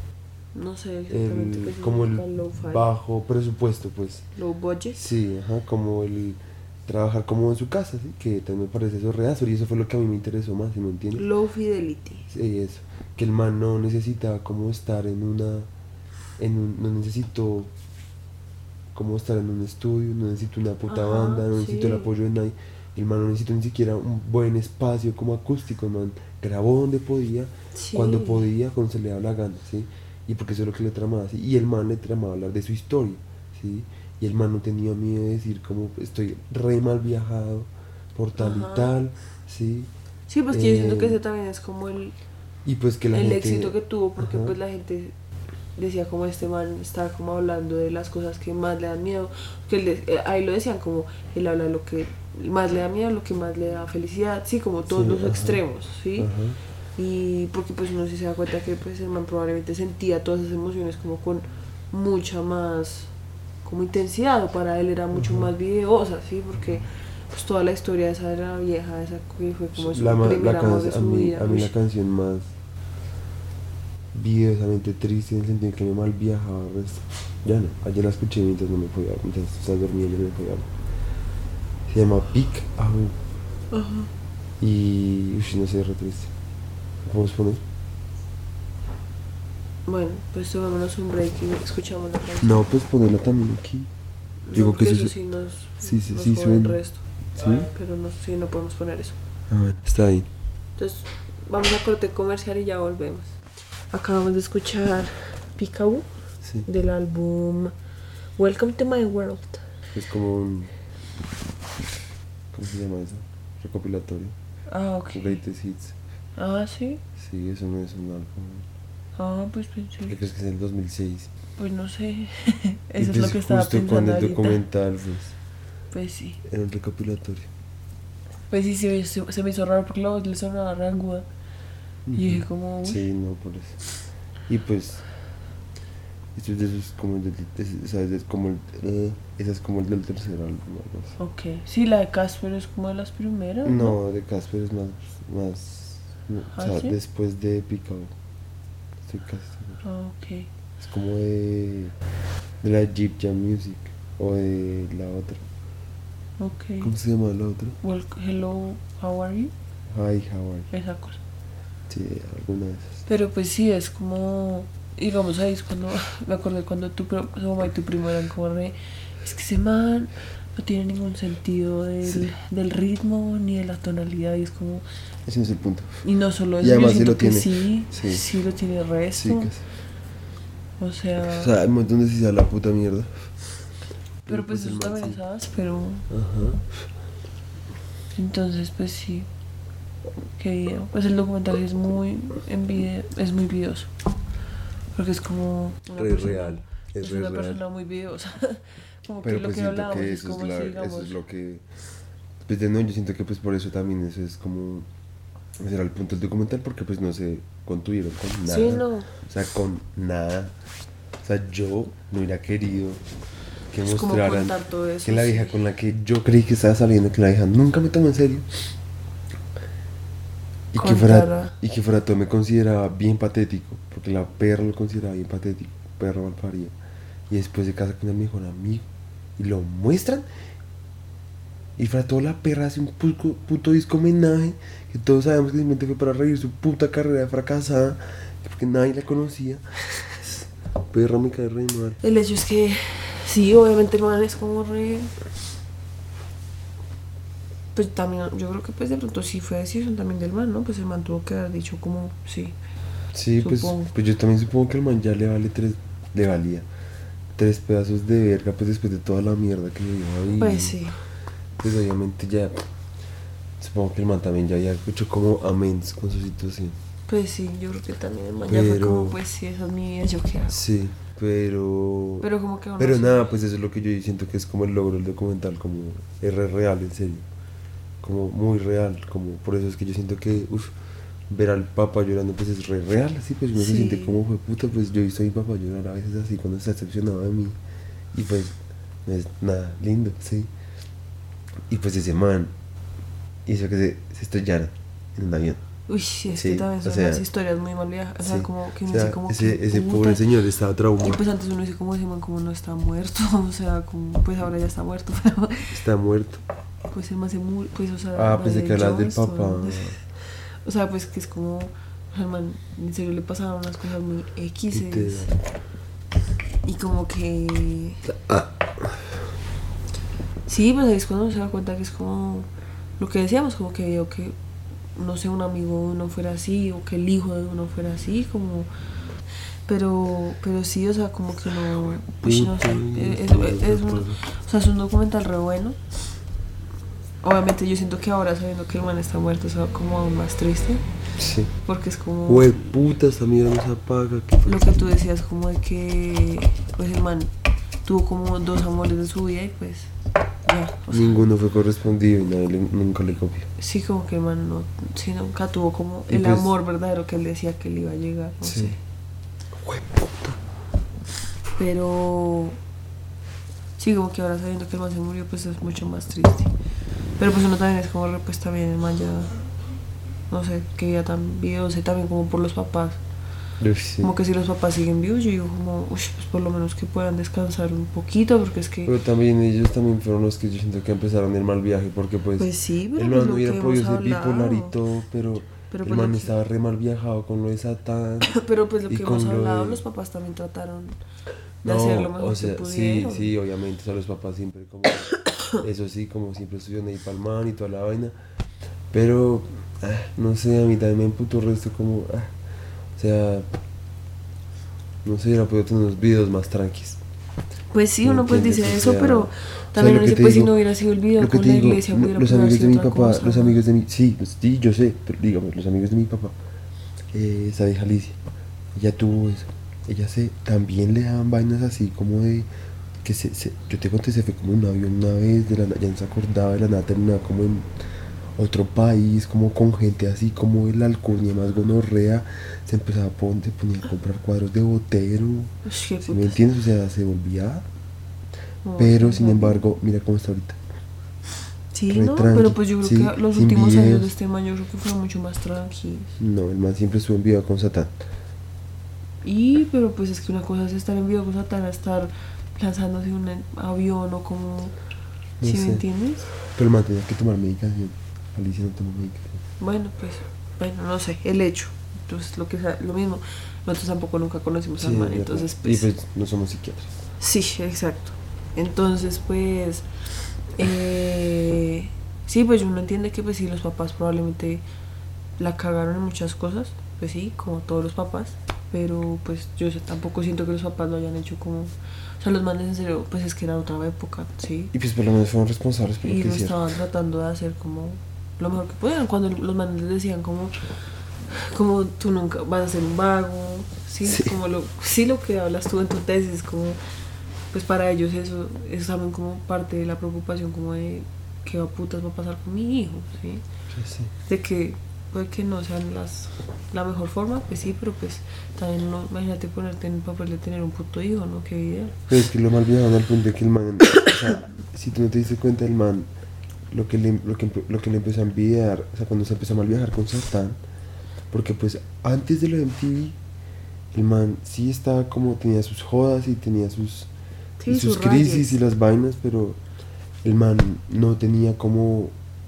Speaker 1: No sé exactamente qué
Speaker 2: El,
Speaker 1: es
Speaker 2: como el
Speaker 1: lo-fi.
Speaker 2: bajo presupuesto, pues.
Speaker 1: Low budget.
Speaker 2: Sí, ajá, como el trabajar como en su casa, ¿sí? Que también me parece eso reazo y eso fue lo que a mí me interesó más, ¿sí me entiendes?
Speaker 1: Low fidelity.
Speaker 2: Sí, eso, que el man no necesita como estar en una, en un, no necesito como estar en un estudio, no necesito una puta
Speaker 1: Ajá,
Speaker 2: banda, no necesito el
Speaker 1: sí.
Speaker 2: apoyo de nadie, el man no necesita ni siquiera un buen espacio como acústico, el man grabó donde podía,
Speaker 1: Sí.
Speaker 2: cuando podía, cuando se le daba la gana, ¿sí? Y porque eso es lo que le tramaba, ¿sí? Y el man le tramaba hablar de su historia, ¿sí? Y el man no tenía miedo de decir como estoy re mal viajado por tal
Speaker 1: Ajá.
Speaker 2: y tal, ¿sí?
Speaker 1: Sí, pues que yo siento que
Speaker 2: Eh,
Speaker 1: ese también es como el,
Speaker 2: y pues que la
Speaker 1: el
Speaker 2: gente...
Speaker 1: éxito que tuvo, porque
Speaker 2: ajá,
Speaker 1: pues la gente decía como este man está como hablando de las cosas que más le dan miedo, que él de- eh, ahí lo decían como él habla de lo que más le da miedo, lo que más le da felicidad, sí, como todos
Speaker 2: sí,
Speaker 1: los
Speaker 2: ajá,
Speaker 1: extremos, sí.
Speaker 2: ajá.
Speaker 1: Y porque pues uno sí se da cuenta que pues el man probablemente sentía todas esas emociones como con mucha más como intensidad, o para él era mucho
Speaker 2: Ujú.
Speaker 1: más videosa, sí, porque pues toda la historia de esa era vieja, esa que fue como su
Speaker 2: La, ma-
Speaker 1: primer
Speaker 2: la
Speaker 1: amor de
Speaker 2: can- a
Speaker 1: su
Speaker 2: mí,
Speaker 1: vida.
Speaker 2: a mí
Speaker 1: Uy.
Speaker 2: la canción más videosamente triste en el sentido de que me mal viajaba el resto. Ya no, ayer la escuché mientras no me podía, mientras estaba dormido yo no me podía hablar. Se llama Pick Ahu
Speaker 1: Ajá.
Speaker 2: y uy, no sé, re triste. ¿Lo podemos poner?
Speaker 1: Bueno, pues tomémonos un break y escuchamos la canción.
Speaker 2: No, pues ponerla también aquí.
Speaker 1: No,
Speaker 2: Digo que
Speaker 1: porque
Speaker 2: eso
Speaker 1: eso
Speaker 2: se-
Speaker 1: sí nos,
Speaker 2: sí, sí,
Speaker 1: nos
Speaker 2: sí
Speaker 1: jode el
Speaker 2: suena.
Speaker 1: resto.
Speaker 2: ¿Sí?
Speaker 1: Pero no, sí, no podemos poner eso.
Speaker 2: Ah, bueno, está ahí.
Speaker 1: Entonces, vamos a corte comercial y ya volvemos. Acabamos de escuchar Peekaboo
Speaker 2: Sí.
Speaker 1: del álbum Welcome to My World.
Speaker 2: Es como un... ¿Cómo se llama eso? Recopilatorio.
Speaker 1: Ah, ok.
Speaker 2: Greatest Hits.
Speaker 1: Ah, sí.
Speaker 2: Sí, eso no es un álbum.
Speaker 1: Ah, pues pensé.
Speaker 2: Creo que es que es del dos mil seis.
Speaker 1: Pues no sé.
Speaker 2: Y
Speaker 1: Eso es
Speaker 2: pues
Speaker 1: lo que estaba
Speaker 2: justo
Speaker 1: pensando
Speaker 2: con el
Speaker 1: ahorita.
Speaker 2: documental, pues,
Speaker 1: Pues sí.
Speaker 2: era un recopilatorio.
Speaker 1: Pues sí, se, se, se me hizo raro porque la voz le sonaba re aguda. Y dije como... uy.
Speaker 2: Sí, no, por eso. Y pues, esto es de esos como el del, es- ¿sabes? Es como el, eh, ese es como el del tercer álbum, algo así.
Speaker 1: Ok. Sí, la de Casper es como de las primeras.
Speaker 2: No, de Casper es más, más, no,
Speaker 1: ¿Ah,
Speaker 2: o sea,
Speaker 1: sí?
Speaker 2: después de Peekaboo. Estoy casi seguro.
Speaker 1: Ah, ok.
Speaker 2: Es como de, de la Jeep Jam Music, o de la otra.
Speaker 1: Ok.
Speaker 2: ¿Cómo se llama la otra?
Speaker 1: Well, hello, how are you?
Speaker 2: Hi, how are you?
Speaker 1: Esa cosa.
Speaker 2: Sí, alguna de esas.
Speaker 1: Pero pues sí, es como... Digamos ahí es cuando... Me acordé cuando tu, pro- tu mamá y tu primo eran como re... Es que ese man no tiene ningún sentido del,
Speaker 2: Sí.
Speaker 1: del ritmo ni de la tonalidad. Y es como...
Speaker 2: Ese no es el punto.
Speaker 1: Y no solo
Speaker 2: Y
Speaker 1: eso, yo
Speaker 2: además sí
Speaker 1: siento
Speaker 2: lo
Speaker 1: que
Speaker 2: tiene.
Speaker 1: sí, sí,
Speaker 2: Sí.
Speaker 1: lo tiene el resto.
Speaker 2: Sí, casi.
Speaker 1: O sea...
Speaker 2: O sea, hay un montón de si la puta mierda.
Speaker 1: pero pues
Speaker 2: el
Speaker 1: eso
Speaker 2: man
Speaker 1: también
Speaker 2: sí.
Speaker 1: es sabes, pero...
Speaker 2: Ajá.
Speaker 1: Entonces pues sí. Qué video. Pues el documental es muy... En video, es muy videoso. Porque es como... Una
Speaker 2: Re
Speaker 1: persona,
Speaker 2: real. Es
Speaker 1: Es
Speaker 2: re
Speaker 1: una
Speaker 2: real.
Speaker 1: persona muy videosa. Como
Speaker 2: Pero
Speaker 1: que lo
Speaker 2: pues
Speaker 1: que
Speaker 2: siento
Speaker 1: hablábamos
Speaker 2: que
Speaker 1: es
Speaker 2: eso es,
Speaker 1: como
Speaker 2: la,
Speaker 1: si digamos...
Speaker 2: eso es lo que... Pues de no, yo siento que pues por eso también eso es como... Ese era el punto del documental porque pues no se contuvieron con nada.
Speaker 1: Sí, no.
Speaker 2: O sea, con nada. O sea, yo no hubiera querido que
Speaker 1: Es como
Speaker 2: mostraran
Speaker 1: contar todo eso,
Speaker 2: que la vieja
Speaker 1: sí.
Speaker 2: con la que yo creí que estaba saliendo, que la vieja nunca me tomó en serio. Y que, fuera,
Speaker 1: Contara.
Speaker 2: y que fuera todo me consideraba bien patético, porque la perra lo consideraba bien patético, perra malparido. Y después se casa con el mejor amigo y lo muestran. Y fuera toda la perra hace un puto, puto disco homenaje, que todos sabemos que simplemente fue para reír su puta carrera fracasada, porque nadie la conocía. Perra me cae re mal.
Speaker 1: El hecho es que... Sí, obviamente el man es como re... Pues también, yo creo que pues de pronto sí fue decisión también del man, ¿no? Pues el man tuvo que haber dicho como... Sí.
Speaker 2: Sí, pues,
Speaker 1: Supongo.
Speaker 2: pues yo también supongo que el man ya le vale tres, le valía tres pedazos de verga, pues después de toda la mierda que me dio ahí.
Speaker 1: Pues sí.
Speaker 2: Pues obviamente ya, supongo que el man también ya había hecho como amends con su situación.
Speaker 1: Pues sí, yo creo que también el man ya fue
Speaker 2: Pero-
Speaker 1: como... Pues sí, esa es mi vida, yo qué hago.
Speaker 2: Sí, pero...
Speaker 1: Pero como que aún
Speaker 2: Pero
Speaker 1: así-
Speaker 2: nada, pues eso es lo que yo siento que es como el logro del documental, como es re real, en serio. Como muy real, como por eso es que yo siento que, uff, ver al papá llorando pues es re real, así pues uno se
Speaker 1: Sí.
Speaker 2: siente como fue puta, pues yo he visto a mi papá llorar a veces así cuando está decepcionado de mí. Y pues no es nada lindo, sí. Y pues ese man hizo que se, se estrellara en un avión.
Speaker 1: Uy, sí, es
Speaker 2: Sí,
Speaker 1: que también
Speaker 2: o
Speaker 1: son
Speaker 2: sea,
Speaker 1: unas historias muy mal viajadas. O sea,
Speaker 2: Sí.
Speaker 1: como que
Speaker 2: O
Speaker 1: uno
Speaker 2: sea,
Speaker 1: dice como
Speaker 2: ese,
Speaker 1: que
Speaker 2: ese
Speaker 1: puta.
Speaker 2: pobre señor estaba traumado,
Speaker 1: Y pues antes uno dice como ese man como no está muerto. O sea, como pues ahora ya está muerto. Pero
Speaker 2: está muerto.
Speaker 1: pues el man se murió. Pues o sea.
Speaker 2: Ah,
Speaker 1: lo
Speaker 2: pensé
Speaker 1: de
Speaker 2: que hablas del
Speaker 1: Johnston.
Speaker 2: papá.
Speaker 1: O sea, pues que es como. O sea, el man en serio le pasaban unas cosas muy X.
Speaker 2: Literal.
Speaker 1: Y como que. Sí, pues ahí es cuando uno se da cuenta que es como. Lo que decíamos, como que vio que. No sé, un amigo de uno fuera así, o que el hijo de uno fuera así, como... Pero, pero sí, o sea, como que no... Pues no sé, es, es- es un, o sea, es un documental re bueno. Obviamente yo siento que ahora, sabiendo que el man está muerto, es como aún más triste,
Speaker 2: Sí.
Speaker 1: porque es como...
Speaker 2: Güey, puta, esta mierda no se apaga. ¿Qué fue?
Speaker 1: Lo que tú decías, como de que... Pues el man tuvo como dos amores de su vida y pues... Ya, o sea,
Speaker 2: Ninguno fue correspondido y nadie le- nunca le copió.
Speaker 1: sí, como que el man no, sí, nunca tuvo como
Speaker 2: Y
Speaker 1: el
Speaker 2: pues-
Speaker 1: amor verdadero que él decía que le iba a llegar, no
Speaker 2: Sí.
Speaker 1: sé.
Speaker 2: Güey, puta.
Speaker 1: Pero sí, como que ahora sabiendo que el man se murió, pues es mucho más triste. Pero pues uno también es como, re, pues también el man ya, no sé, que ya tan vivo, sé también como por los papás.
Speaker 2: Uf, sí.
Speaker 1: Como que si los papás siguen vivos, yo digo como, uy, pues por lo menos que puedan descansar un poquito, porque es que...
Speaker 2: Pero también ellos también fueron los que yo siento que empezaron el mal viaje porque pues,
Speaker 1: Pues sí, pero
Speaker 2: el
Speaker 1: pues
Speaker 2: man
Speaker 1: lo
Speaker 2: no hubiera
Speaker 1: que
Speaker 2: podido
Speaker 1: hemos
Speaker 2: ser bipolar y
Speaker 1: hablado.
Speaker 2: todo, pero,
Speaker 1: Pero
Speaker 2: el
Speaker 1: pues lo
Speaker 2: man
Speaker 1: que-
Speaker 2: estaba re mal viajado con lo de Satán.
Speaker 1: Pero pues lo
Speaker 2: y
Speaker 1: que
Speaker 2: con
Speaker 1: hemos
Speaker 2: lo
Speaker 1: hablado,
Speaker 2: de-
Speaker 1: los papás también trataron de hacer lo mejor
Speaker 2: o sea,
Speaker 1: que
Speaker 2: sí,
Speaker 1: pudieron.
Speaker 2: sí, obviamente, o sea, los papás siempre como, eso sí, como siempre estuvieron ahí palman y toda la vaina, pero, ah, no sé, a mí también me emputó el resto como, ah, o sea, no sé, hubiera podido tener unos videos más tranquis.
Speaker 1: Pues sí,
Speaker 2: ¿Me
Speaker 1: uno pues
Speaker 2: entiendes?
Speaker 1: dice
Speaker 2: O
Speaker 1: eso,
Speaker 2: sea,
Speaker 1: pero
Speaker 2: o sea,
Speaker 1: también
Speaker 2: lo
Speaker 1: uno
Speaker 2: que
Speaker 1: dice,
Speaker 2: te
Speaker 1: pues si
Speaker 2: digo,
Speaker 1: no hubiera sido el video
Speaker 2: lo que
Speaker 1: con
Speaker 2: te
Speaker 1: la
Speaker 2: digo,
Speaker 1: iglesia,
Speaker 2: no,
Speaker 1: hubiera
Speaker 2: los
Speaker 1: podido haber
Speaker 2: amigos de
Speaker 1: sido
Speaker 2: mi
Speaker 1: otra
Speaker 2: papá,
Speaker 1: cosa.
Speaker 2: los amigos de mi, sí, pues, sí, yo sé, pero digamos, los amigos de mi papá, eh, esa vieja Alicia, ella tuvo eso, ella se, también le daban vainas así como de, que se, se yo te conté, se fue como un avión una vez, de la, na- ya no se acordaba, de la nada terminaba como en otro país, como con gente así, como el alcurnia más gonorrea, se empezaba a poner, se ponía a comprar cuadros de Botero,
Speaker 1: Ush, qué
Speaker 2: ¿sí me
Speaker 1: putas.
Speaker 2: entiendes? O sea, se volvía,
Speaker 1: No, sí,
Speaker 2: pero
Speaker 1: en
Speaker 2: sin
Speaker 1: serio.
Speaker 2: embargo, mira cómo está ahorita,
Speaker 1: Sí,
Speaker 2: re
Speaker 1: no, pero
Speaker 2: tranqui,
Speaker 1: pues yo creo
Speaker 2: sí,
Speaker 1: que los
Speaker 2: sin
Speaker 1: últimos años de
Speaker 2: videos,
Speaker 1: este man yo creo que fueron mucho más tranquilos.
Speaker 2: no, el man siempre estuvo en video con Satán,
Speaker 1: Y, pero pues es que una cosa es estar en vivo con Satán a estar lanzándose un avión o como,
Speaker 2: no
Speaker 1: ¿sí me
Speaker 2: sé,
Speaker 1: entiendes?
Speaker 2: pero el man tenía que tomar medicación, Alicia no tomó medicación,
Speaker 1: Bueno, pues, bueno, no sé, el hecho. Entonces, lo que sea, lo mismo. Nosotros tampoco nunca conocimos
Speaker 2: sí,
Speaker 1: al
Speaker 2: es
Speaker 1: man,
Speaker 2: verdad,
Speaker 1: entonces,
Speaker 2: y
Speaker 1: pues,
Speaker 2: pues no somos psiquiatras,
Speaker 1: sí, exacto. Entonces, pues, eh, sí, pues uno entiende que, pues sí, los papás probablemente la cagaron en muchas cosas, pues sí, como todos los papás, pero pues yo sé, tampoco siento que los papás lo hayan hecho como, o sea, los manes en serio, pues es que era otra época, sí,
Speaker 2: y pues por lo menos fueron responsables por lo
Speaker 1: y
Speaker 2: que
Speaker 1: lo
Speaker 2: hicieron,
Speaker 1: estaban tratando de hacer como lo mejor que podían, cuando los manes les decían como, como tú nunca vas a ser un vago, sí,
Speaker 2: sí,
Speaker 1: como lo, sí lo que hablas tú en tu tesis, como, pues para ellos eso es también como parte de la preocupación como de qué putas va a pasar con mi hijo, sí,
Speaker 2: pues sí.
Speaker 1: de que puede que no sean las la mejor forma, pues sí, pero pues también no, imagínate ponerte en el papel de tener un puto hijo, ¿no? Qué video.
Speaker 2: Pero es que lo mal viajaron al punto de que el man, o sea, si tú no te diste cuenta, el man, lo que le, lo que, empe- lo que le empezó a envidiar, o sea, cuando se empezó a mal viajar con Satán, porque pues antes de lo de M T V, el man sí estaba como, tenía sus jodas y tenía sus, y
Speaker 1: Sí,
Speaker 2: sus
Speaker 1: sus
Speaker 2: crisis y
Speaker 1: rayes.
Speaker 2: las vainas, pero el man no tenía como,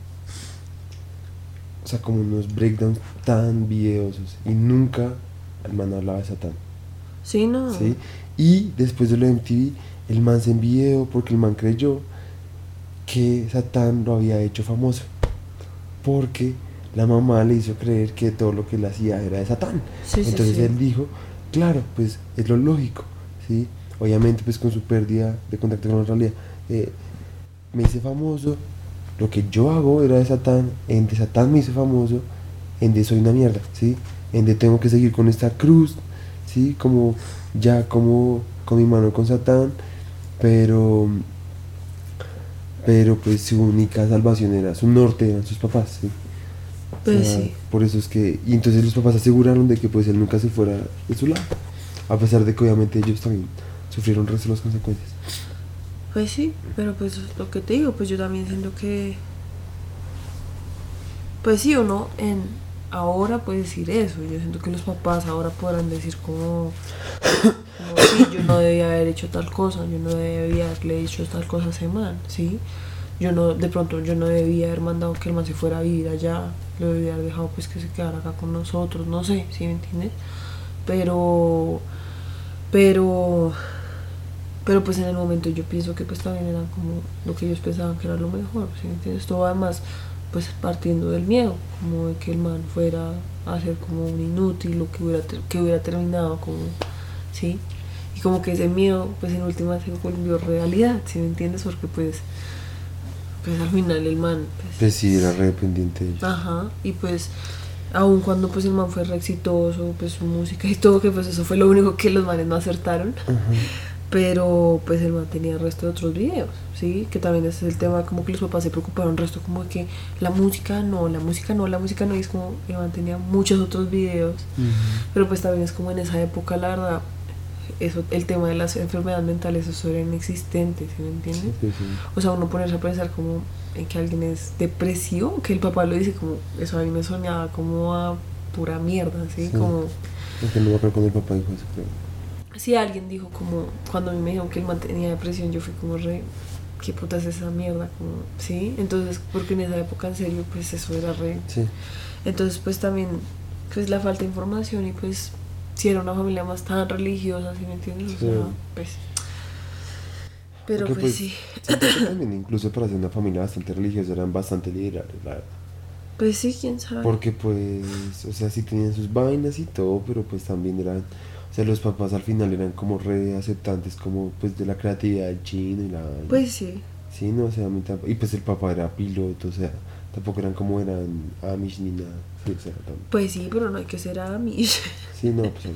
Speaker 2: o sea, como unos breakdowns tan videosos y nunca el man hablaba de Satán.
Speaker 1: Sí, no.
Speaker 2: ¿Sí? Y después de lo de M T V, el man se envió porque el man creyó que Satán lo había hecho famoso. Porque la mamá le hizo creer que todo lo que él hacía era de Satán.
Speaker 1: Sí, sí,
Speaker 2: Entonces
Speaker 1: sí.
Speaker 2: él dijo, claro, pues es lo lógico, ¿sí? Obviamente pues con su pérdida de contacto con la realidad, eh, me hice famoso, lo que yo hago era de Satán, en de Satán me hice famoso, en de soy una mierda, ¿sí? En de tengo que seguir con esta cruz, ¿sí? Como ya como con mi mano con Satán, pero pero pues su única salvación era su norte, eran sus papás, ¿sí? O
Speaker 1: Pues
Speaker 2: sea,
Speaker 1: sí.
Speaker 2: por eso es que, y entonces los papás aseguraron de que pues él nunca se fuera de su lado, a pesar de que obviamente ellos también sufrieron el resto de las consecuencias.
Speaker 1: Pues sí, pero pues lo que te digo, pues yo también siento que, pues sí o no, en ahora puede decir eso. Yo siento que los papás ahora podrán decir como, como sí, yo no debía haber hecho tal cosa, yo no debía haberle dicho tal cosa a ese man, sí. Yo no, de pronto yo no debía haber mandado que el man se fuera a vivir allá, lo debía haber dejado pues que se quedara acá con nosotros, no sé, ¿sí me entiendes? Pero, pero, pero pues en el momento yo pienso que pues también eran como lo que ellos pensaban que era lo mejor, ¿sí me entiendes? Todo además pues partiendo del miedo, como de que el man fuera a ser como un inútil o que hubiera, que hubiera terminado como, ¿sí? Y como que ese miedo pues en última se volvió realidad, ¿sí me entiendes? Porque pues pues al final el man pues,
Speaker 2: Pues sí, era re dependiente de ellos.
Speaker 1: ajá, y pues aun cuando pues el man fue re exitoso, pues su música y todo, que pues eso fue lo único que los manes no acertaron,
Speaker 2: Ajá.
Speaker 1: pero pues el man tenía el resto de otros videos, sí, que también ese es el tema, como que los papás se preocuparon el resto, como de que la música no, la música no, la música no, y es como el man tenía muchos otros videos,
Speaker 2: Ujú.
Speaker 1: pero pues también es como en esa época, la verdad, eso, el tema de las enfermedades mentales, eso era inexistente, ¿sí me entiendes?
Speaker 2: Sí, pues sí.
Speaker 1: O sea, uno ponerse a pensar como en que alguien es depresivo, que el papá lo dice como, eso a mí me soñaba como a pura mierda, ¿sí?
Speaker 2: Sí.
Speaker 1: Como,
Speaker 2: Porque no me acuerdo cuando el papá dijo eso, pero...
Speaker 1: si alguien dijo como, cuando a mí me dijeron que él mantenía depresión, yo fui como re, ¿qué puta es esa mierda? Como, ¿sí? Entonces, porque en esa época en serio, pues eso era re...
Speaker 2: Sí.
Speaker 1: Entonces, pues también, pues la falta de información y pues, si era una familia más tan religiosa, ¿sí me entiendes? O
Speaker 2: Sí.
Speaker 1: sea, pues... Pero
Speaker 2: Porque,
Speaker 1: pues,
Speaker 2: pues,
Speaker 1: sí.
Speaker 2: siento que también, incluso para ser una familia bastante religiosa, eran bastante liberales, la verdad.
Speaker 1: Pues sí, quién sabe.
Speaker 2: Porque pues, o sea, sí tenían sus vainas y todo, pero pues también eran, o sea, los papás al final eran como re aceptantes como pues de la creatividad del chino y la vaina.
Speaker 1: Pues sí.
Speaker 2: Sí, no, o sea, a mí tampoco, y pues el papá era piloto, o sea, tampoco eran como eran Amish ni nada, sí, o sea, tam-
Speaker 1: Pues sí, pero no hay que ser Amish.
Speaker 2: sí, no, pues,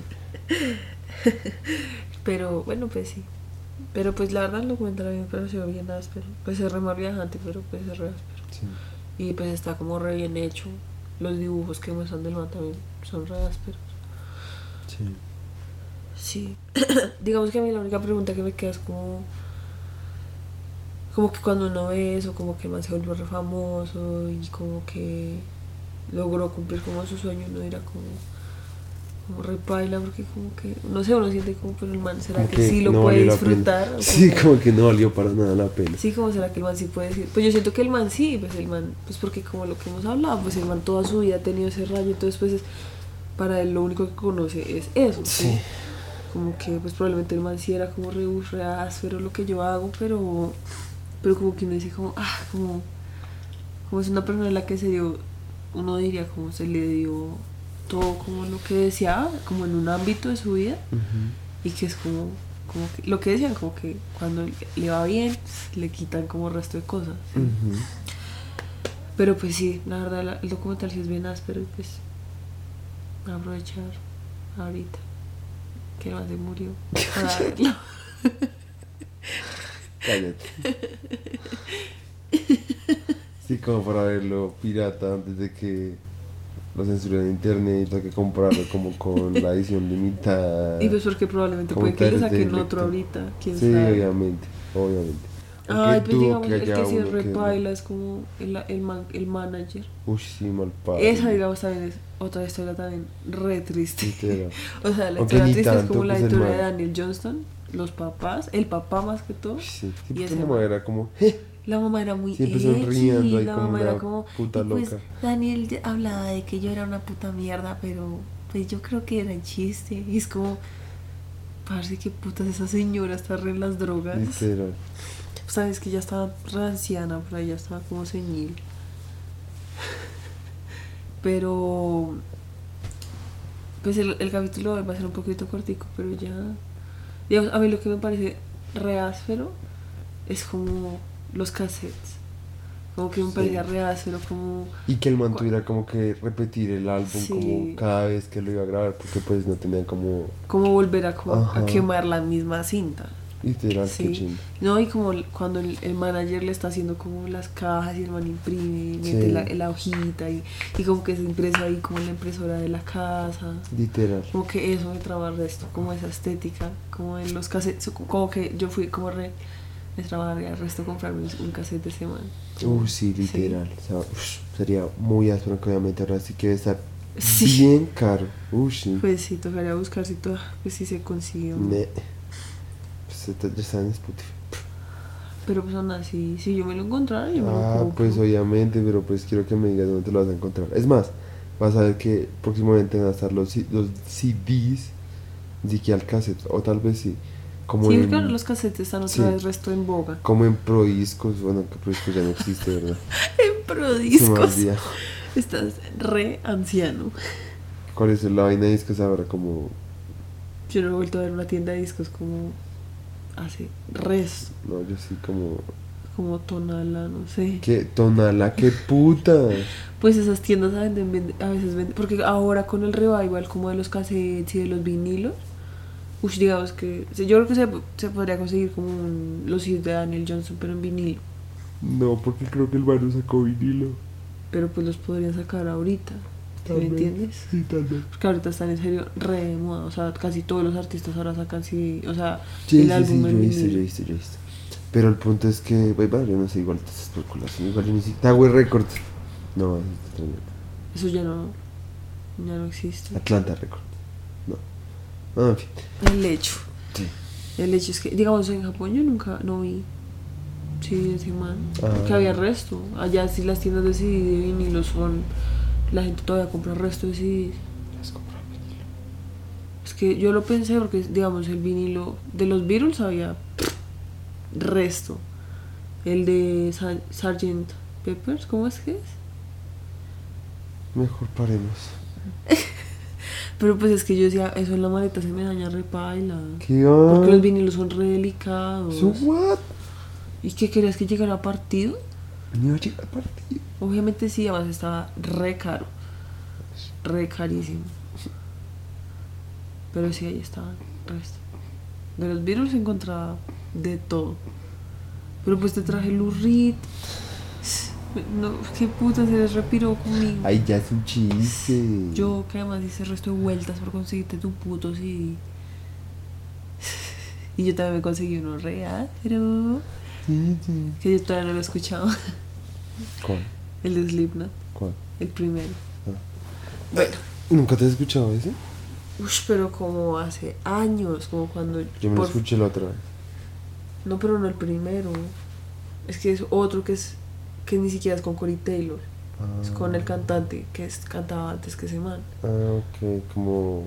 Speaker 1: Pero bueno, pues sí. Pero pues la verdad el documental a mí me pareció bien áspero. Pues es re más viajante, pero pues es re áspero.
Speaker 2: sí,
Speaker 1: Y pues está como re bien hecho. Los dibujos que muestran del man también son re ásperos.
Speaker 2: sí.
Speaker 1: Sí. Digamos que a mí la única pregunta que me queda es como... Como que cuando uno ve eso, como que el man se volvió re famoso y como que logró cumplir como su sueño, uno dirá como... Como re paila, porque como que... No sé, uno siente como, pero el man, ¿será
Speaker 2: Como
Speaker 1: que,
Speaker 2: que
Speaker 1: sí lo
Speaker 2: no
Speaker 1: puede
Speaker 2: valió la pena.
Speaker 1: disfrutar? O
Speaker 2: Sí,
Speaker 1: como-
Speaker 2: como que no valió para nada la pena.
Speaker 1: Sí, como será que el man sí puede decir. Pues yo siento que el man sí, pues el man, pues porque como lo que hemos hablado, pues el man toda su vida ha tenido ese rayo, entonces pues es- para él lo único que conoce es eso. ¿sí?
Speaker 2: Sí.
Speaker 1: Como que pues probablemente el man sí era como re, uf, re áspero lo que yo hago, pero, pero como que uno dice como, ah, como, como es una persona en la que se dio, uno diría como se le dio todo como lo que deseaba, como en un ámbito de su vida,
Speaker 2: Ujú.
Speaker 1: y que es como, como que, lo que decían, como que cuando le va bien, le quitan como el resto de cosas. ¿sí?
Speaker 2: Ujú.
Speaker 1: Pero pues sí, la verdad la- el documental sí es bien áspero y pues aprovechar ahorita que el man se murió para verlo.
Speaker 2: Cállate. Sí, como para verlo pirata antes de que lo censuren en internet y tengo que comprarlo como con la edición limitada.
Speaker 1: Y pues porque probablemente
Speaker 2: Como
Speaker 1: puede que le
Speaker 2: tal de
Speaker 1: saquen
Speaker 2: lector.
Speaker 1: otro ahorita, quién
Speaker 2: Sí,
Speaker 1: sabe.
Speaker 2: obviamente, obviamente.
Speaker 1: Ay,
Speaker 2: Aunque
Speaker 1: pues
Speaker 2: dudo
Speaker 1: digamos,
Speaker 2: que
Speaker 1: el
Speaker 2: haya
Speaker 1: que sí es
Speaker 2: uno
Speaker 1: re
Speaker 2: que no.
Speaker 1: paila es como el, el, man- el manager.
Speaker 2: Uy, sí, mal padre.
Speaker 1: Esa, digamos, también es otra historia también re triste.
Speaker 2: Literal.
Speaker 1: O sea, la
Speaker 2: Aunque
Speaker 1: historia
Speaker 2: ni
Speaker 1: triste es
Speaker 2: tanto,
Speaker 1: como la
Speaker 2: pues, el
Speaker 1: historia
Speaker 2: man.
Speaker 1: de Daniel Johnston, los papás, el papá más que todo.
Speaker 2: Uy, sí, sí,
Speaker 1: Y
Speaker 2: porque
Speaker 1: ese
Speaker 2: la mamá
Speaker 1: man.
Speaker 2: era como, "Je",
Speaker 1: La mamá era muy
Speaker 2: siempre
Speaker 1: edgy,
Speaker 2: sonriendo ahí
Speaker 1: la
Speaker 2: como
Speaker 1: mamá era
Speaker 2: una
Speaker 1: como,
Speaker 2: puta
Speaker 1: y pues
Speaker 2: loca.
Speaker 1: Daniel ya hablaba de que yo era una puta mierda, pero pues yo creo que era en chiste. Y es como, parece que putas esa señora está re en las drogas.
Speaker 2: Literal.
Speaker 1: Sabes que ya estaba re anciana, por ahí ya estaba como senil. Pero pues el, el capítulo de hoy va a ser un poquito cortico, pero ya, digamos, a mí lo que me parece re áspero es como los cassettes. Como que me
Speaker 2: Sí.
Speaker 1: parecía re áspero, como...
Speaker 2: Y que el man tuviera como que repetir el álbum
Speaker 1: Sí.
Speaker 2: como cada vez que lo iba a grabar, porque pues no tenían como
Speaker 1: como volver a, como, a
Speaker 2: Ajá.
Speaker 1: quemar la misma cinta.
Speaker 2: literal que
Speaker 1: Sí.
Speaker 2: chimba.
Speaker 1: No, y como el- cuando el, el manager le está haciendo como las cajas y el man imprime, mete
Speaker 2: Sí.
Speaker 1: la, la hojita y, y como que se impresa ahí como en la impresora de la casa.
Speaker 2: Literal.
Speaker 1: Como que eso me traba el resto, como esa estética, como en los cassettes, como que yo fui como re, me traba el resto comprarme un cassette de ese man.
Speaker 2: Uh, sí, literal. O sea, ush, sería muy áspero que obviamente ahora sí que debe estar
Speaker 1: Sí.
Speaker 2: bien caro. Uh, sí.
Speaker 1: Pues sí, tocaría buscar si, to- pues, si se consigue. ¿no?
Speaker 2: Ne. Pues está- ya está en Spotify.
Speaker 1: Pero pues aún así, si yo me lo encontrara, yo me lo
Speaker 2: Ah,
Speaker 1: compro.
Speaker 2: pues obviamente, pero pues quiero que me digas dónde te lo vas a encontrar. Es más, vas a ver que próximamente van a estar los, C- los C Ds de que al cassette, o tal vez sí. Como
Speaker 1: Sí,
Speaker 2: en,
Speaker 1: porque ahora los cassettes están otra
Speaker 2: sí.
Speaker 1: vez resto en boga.
Speaker 2: como en Prodiscos, bueno, que Prodiscos ya no existe, ¿verdad?
Speaker 1: En
Speaker 2: Se me
Speaker 1: Prodiscos.
Speaker 2: olvida.
Speaker 1: Estás re anciano.
Speaker 2: ¿Cuál es la vaina de discos ahora? Como,
Speaker 1: Yo no he vuelto a ver una tienda de discos como hace res,
Speaker 2: no, yo sí como,
Speaker 1: como Tonala, no sé.
Speaker 2: ¿qué? Tonala, qué puta.
Speaker 1: Pues esas tiendas a, venden, venden- a veces venden, porque ahora con el revival como de los cassettes y de los vinilos, uff, digamos que, o sea, yo creo que se, se podría conseguir como un- los C Ds de Daniel Johnson, pero en vinilo.
Speaker 2: No, porque creo que el barrio sacó vinilo.
Speaker 1: Pero pues los podrían sacar ahorita, ¿sí me
Speaker 2: Tal vez.
Speaker 1: entiendes?
Speaker 2: Sí, tal vez.
Speaker 1: Porque ahorita están en serio re de moda, o sea, casi todos los artistas ahora sacan C D, o sea,
Speaker 2: Sí,
Speaker 1: el
Speaker 2: sí,
Speaker 1: álbum
Speaker 2: sí, yo
Speaker 1: en
Speaker 2: he visto,
Speaker 1: vinilo.
Speaker 2: yo he visto, yo he visto. Pero el punto es que, güey, vale, yo no sé, igual te estás especulación, igual yo ni siquiera. Tower Records. No, es extraño.
Speaker 1: Eso ya no, ya no existe.
Speaker 2: Atlanta Records. No. Ah, en fin.
Speaker 1: El hecho,
Speaker 2: Sí.
Speaker 1: el hecho es que, digamos, en Japón yo nunca, no vi C D de ese man,
Speaker 2: Ah.
Speaker 1: porque había resto. Allá sí las tiendas de C D de vinilo son, la gente todavía compra resto de C D.
Speaker 2: Las compró en vinilo.
Speaker 1: Es que yo lo pensé porque, digamos, el vinilo de los Beatles había resto. El de Sa- Sargent Peppers, ¿cómo es que es?
Speaker 2: Mejor paremos.
Speaker 1: Pero pues es que yo decía, eso en la maleta se me daña repaila.
Speaker 2: ¿Qué va?
Speaker 1: Porque los vinilos son re delicados.
Speaker 2: ¿So what?
Speaker 1: ¿Y qué querías que llegara partido?
Speaker 2: No iba a llegar partido.
Speaker 1: Obviamente sí, además estaba re caro. Re carísimo. Pero sí, ahí estaban. Resto. De los virus se encontraba de todo. Pero pues te traje el Urrit. No, qué puta, se les repiró conmigo.
Speaker 2: Ay, ya es un chiste.
Speaker 1: Yo que además hice el resto de vueltas por conseguirte tu puto C D. Y yo también me conseguí uno real, pero
Speaker 2: Sí, sí.
Speaker 1: que yo todavía no lo he escuchado.
Speaker 2: ¿Cuál?
Speaker 1: El de Slipknot,
Speaker 2: ¿Cuál?
Speaker 1: el primero.
Speaker 2: Ah.
Speaker 1: Bueno,
Speaker 2: ¿Nunca te has escuchado ese?
Speaker 1: ush, pero como hace años, como cuando...
Speaker 2: Yo me lo
Speaker 1: por-
Speaker 2: escuché la otra vez.
Speaker 1: No, pero no el primero. Es que es otro que es que ni siquiera es con Corey Taylor.
Speaker 2: Ah.
Speaker 1: Es con el cantante que es, cantaba antes que ese man.
Speaker 2: Ah, ok, como...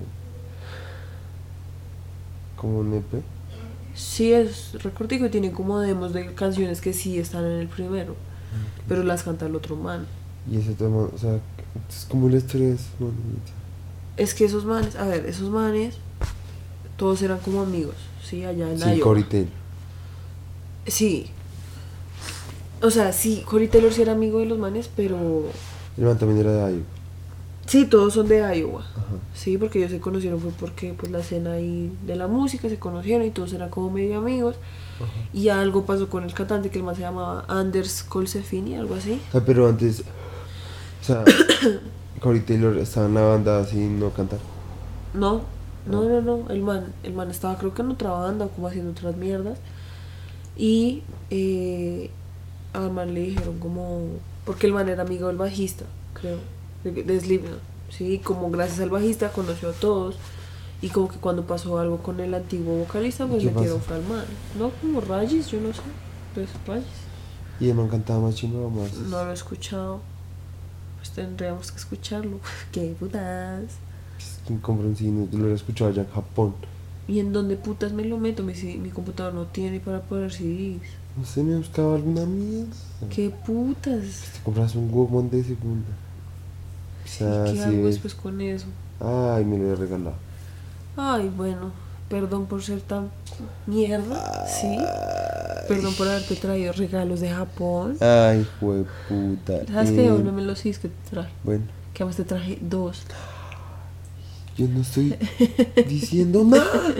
Speaker 2: Como un E P.
Speaker 1: Sí, es recortico y tiene como demos de canciones que sí están en el primero, pero las canta el otro man.
Speaker 2: Y ese tema, o sea, es como la historia de ese manito.
Speaker 1: Es que esos manes, a ver, esos manes, todos eran como amigos, ¿sí? Allá en
Speaker 2: Sí,
Speaker 1: Iowa.
Speaker 2: Corey Taylor.
Speaker 1: Sí. O sea, sí, Corey Taylor sí era amigo de los manes, pero...
Speaker 2: El man también era de Iowa.
Speaker 1: Sí, todos son de Iowa.
Speaker 2: Ajá.
Speaker 1: Sí, porque ellos se conocieron fue porque pues la escena ahí de la música se conocieron y todos eran como medio amigos.
Speaker 2: Ajá.
Speaker 1: Y algo pasó con el cantante que el man se llamaba Anders Colsefini, algo así.
Speaker 2: O sea, pero antes, o sea, Corey Taylor estaba en la banda sin no cantar.
Speaker 1: No, no, no, no, el man, el man estaba creo que en otra banda, como haciendo otras mierdas. Y eh, al man le dijeron como, porque el man era amigo del bajista, creo, de, de Slipknot, sí, como gracias al bajista conoció a todos. Y como que cuando pasó algo con el antiguo vocalista, pues
Speaker 2: ¿Qué
Speaker 1: metieron
Speaker 2: pasó?
Speaker 1: fue al man. No, como Rayis, yo no sé, pues Rayis.
Speaker 2: Y el man cantaba más chingado más.
Speaker 1: No lo he escuchado, pues tendríamos que escucharlo. Qué putas.
Speaker 2: ¿Quién compra un cine? Yo lo he escuchado allá en Japón.
Speaker 1: ¿Y en dónde putas me lo meto? Mi, C- mi computador no tiene para poner C Ds.
Speaker 2: No sé, me buscaba alguna mierda.
Speaker 1: ¿Qué putas?
Speaker 2: Te compras un Walkman de segunda. O sea,
Speaker 1: ¿Qué
Speaker 2: sí
Speaker 1: hago
Speaker 2: ves.
Speaker 1: después con eso?
Speaker 2: Ay, me lo he regalado.
Speaker 1: Ay, bueno, perdón por ser tan mierda, ¿sí? Perdón por haberte traído regalos de Japón.
Speaker 2: Ay, jue puta.
Speaker 1: ¿Sabes
Speaker 2: Eh,
Speaker 1: qué? Devuélveme los C Ds que te traje.
Speaker 2: Bueno,
Speaker 1: Que además te traje dos.
Speaker 2: yo no estoy diciendo nada.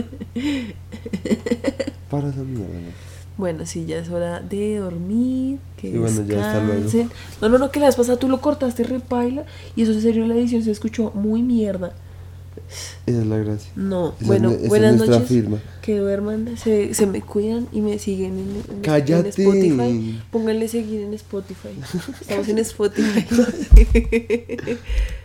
Speaker 2: Para esa mierda, ¿no?
Speaker 1: Bueno, sí, ya es hora de dormir, que
Speaker 2: Sí, bueno, ya hasta luego.
Speaker 1: descansen. No, no, no, que la vez pasada tú lo cortaste repaila y eso en serio en la edición se escuchó muy mierda.
Speaker 2: Esa es la gracia.
Speaker 1: No,
Speaker 2: Esa
Speaker 1: bueno,
Speaker 2: es, esa
Speaker 1: buenas
Speaker 2: es nuestra
Speaker 1: noches.
Speaker 2: firma.
Speaker 1: Que duerman, se, se me cuidan y me siguen en, en-
Speaker 2: ¡Cállate!
Speaker 1: en Spotify. Pónganle seguir en Spotify. Estamos en Spotify.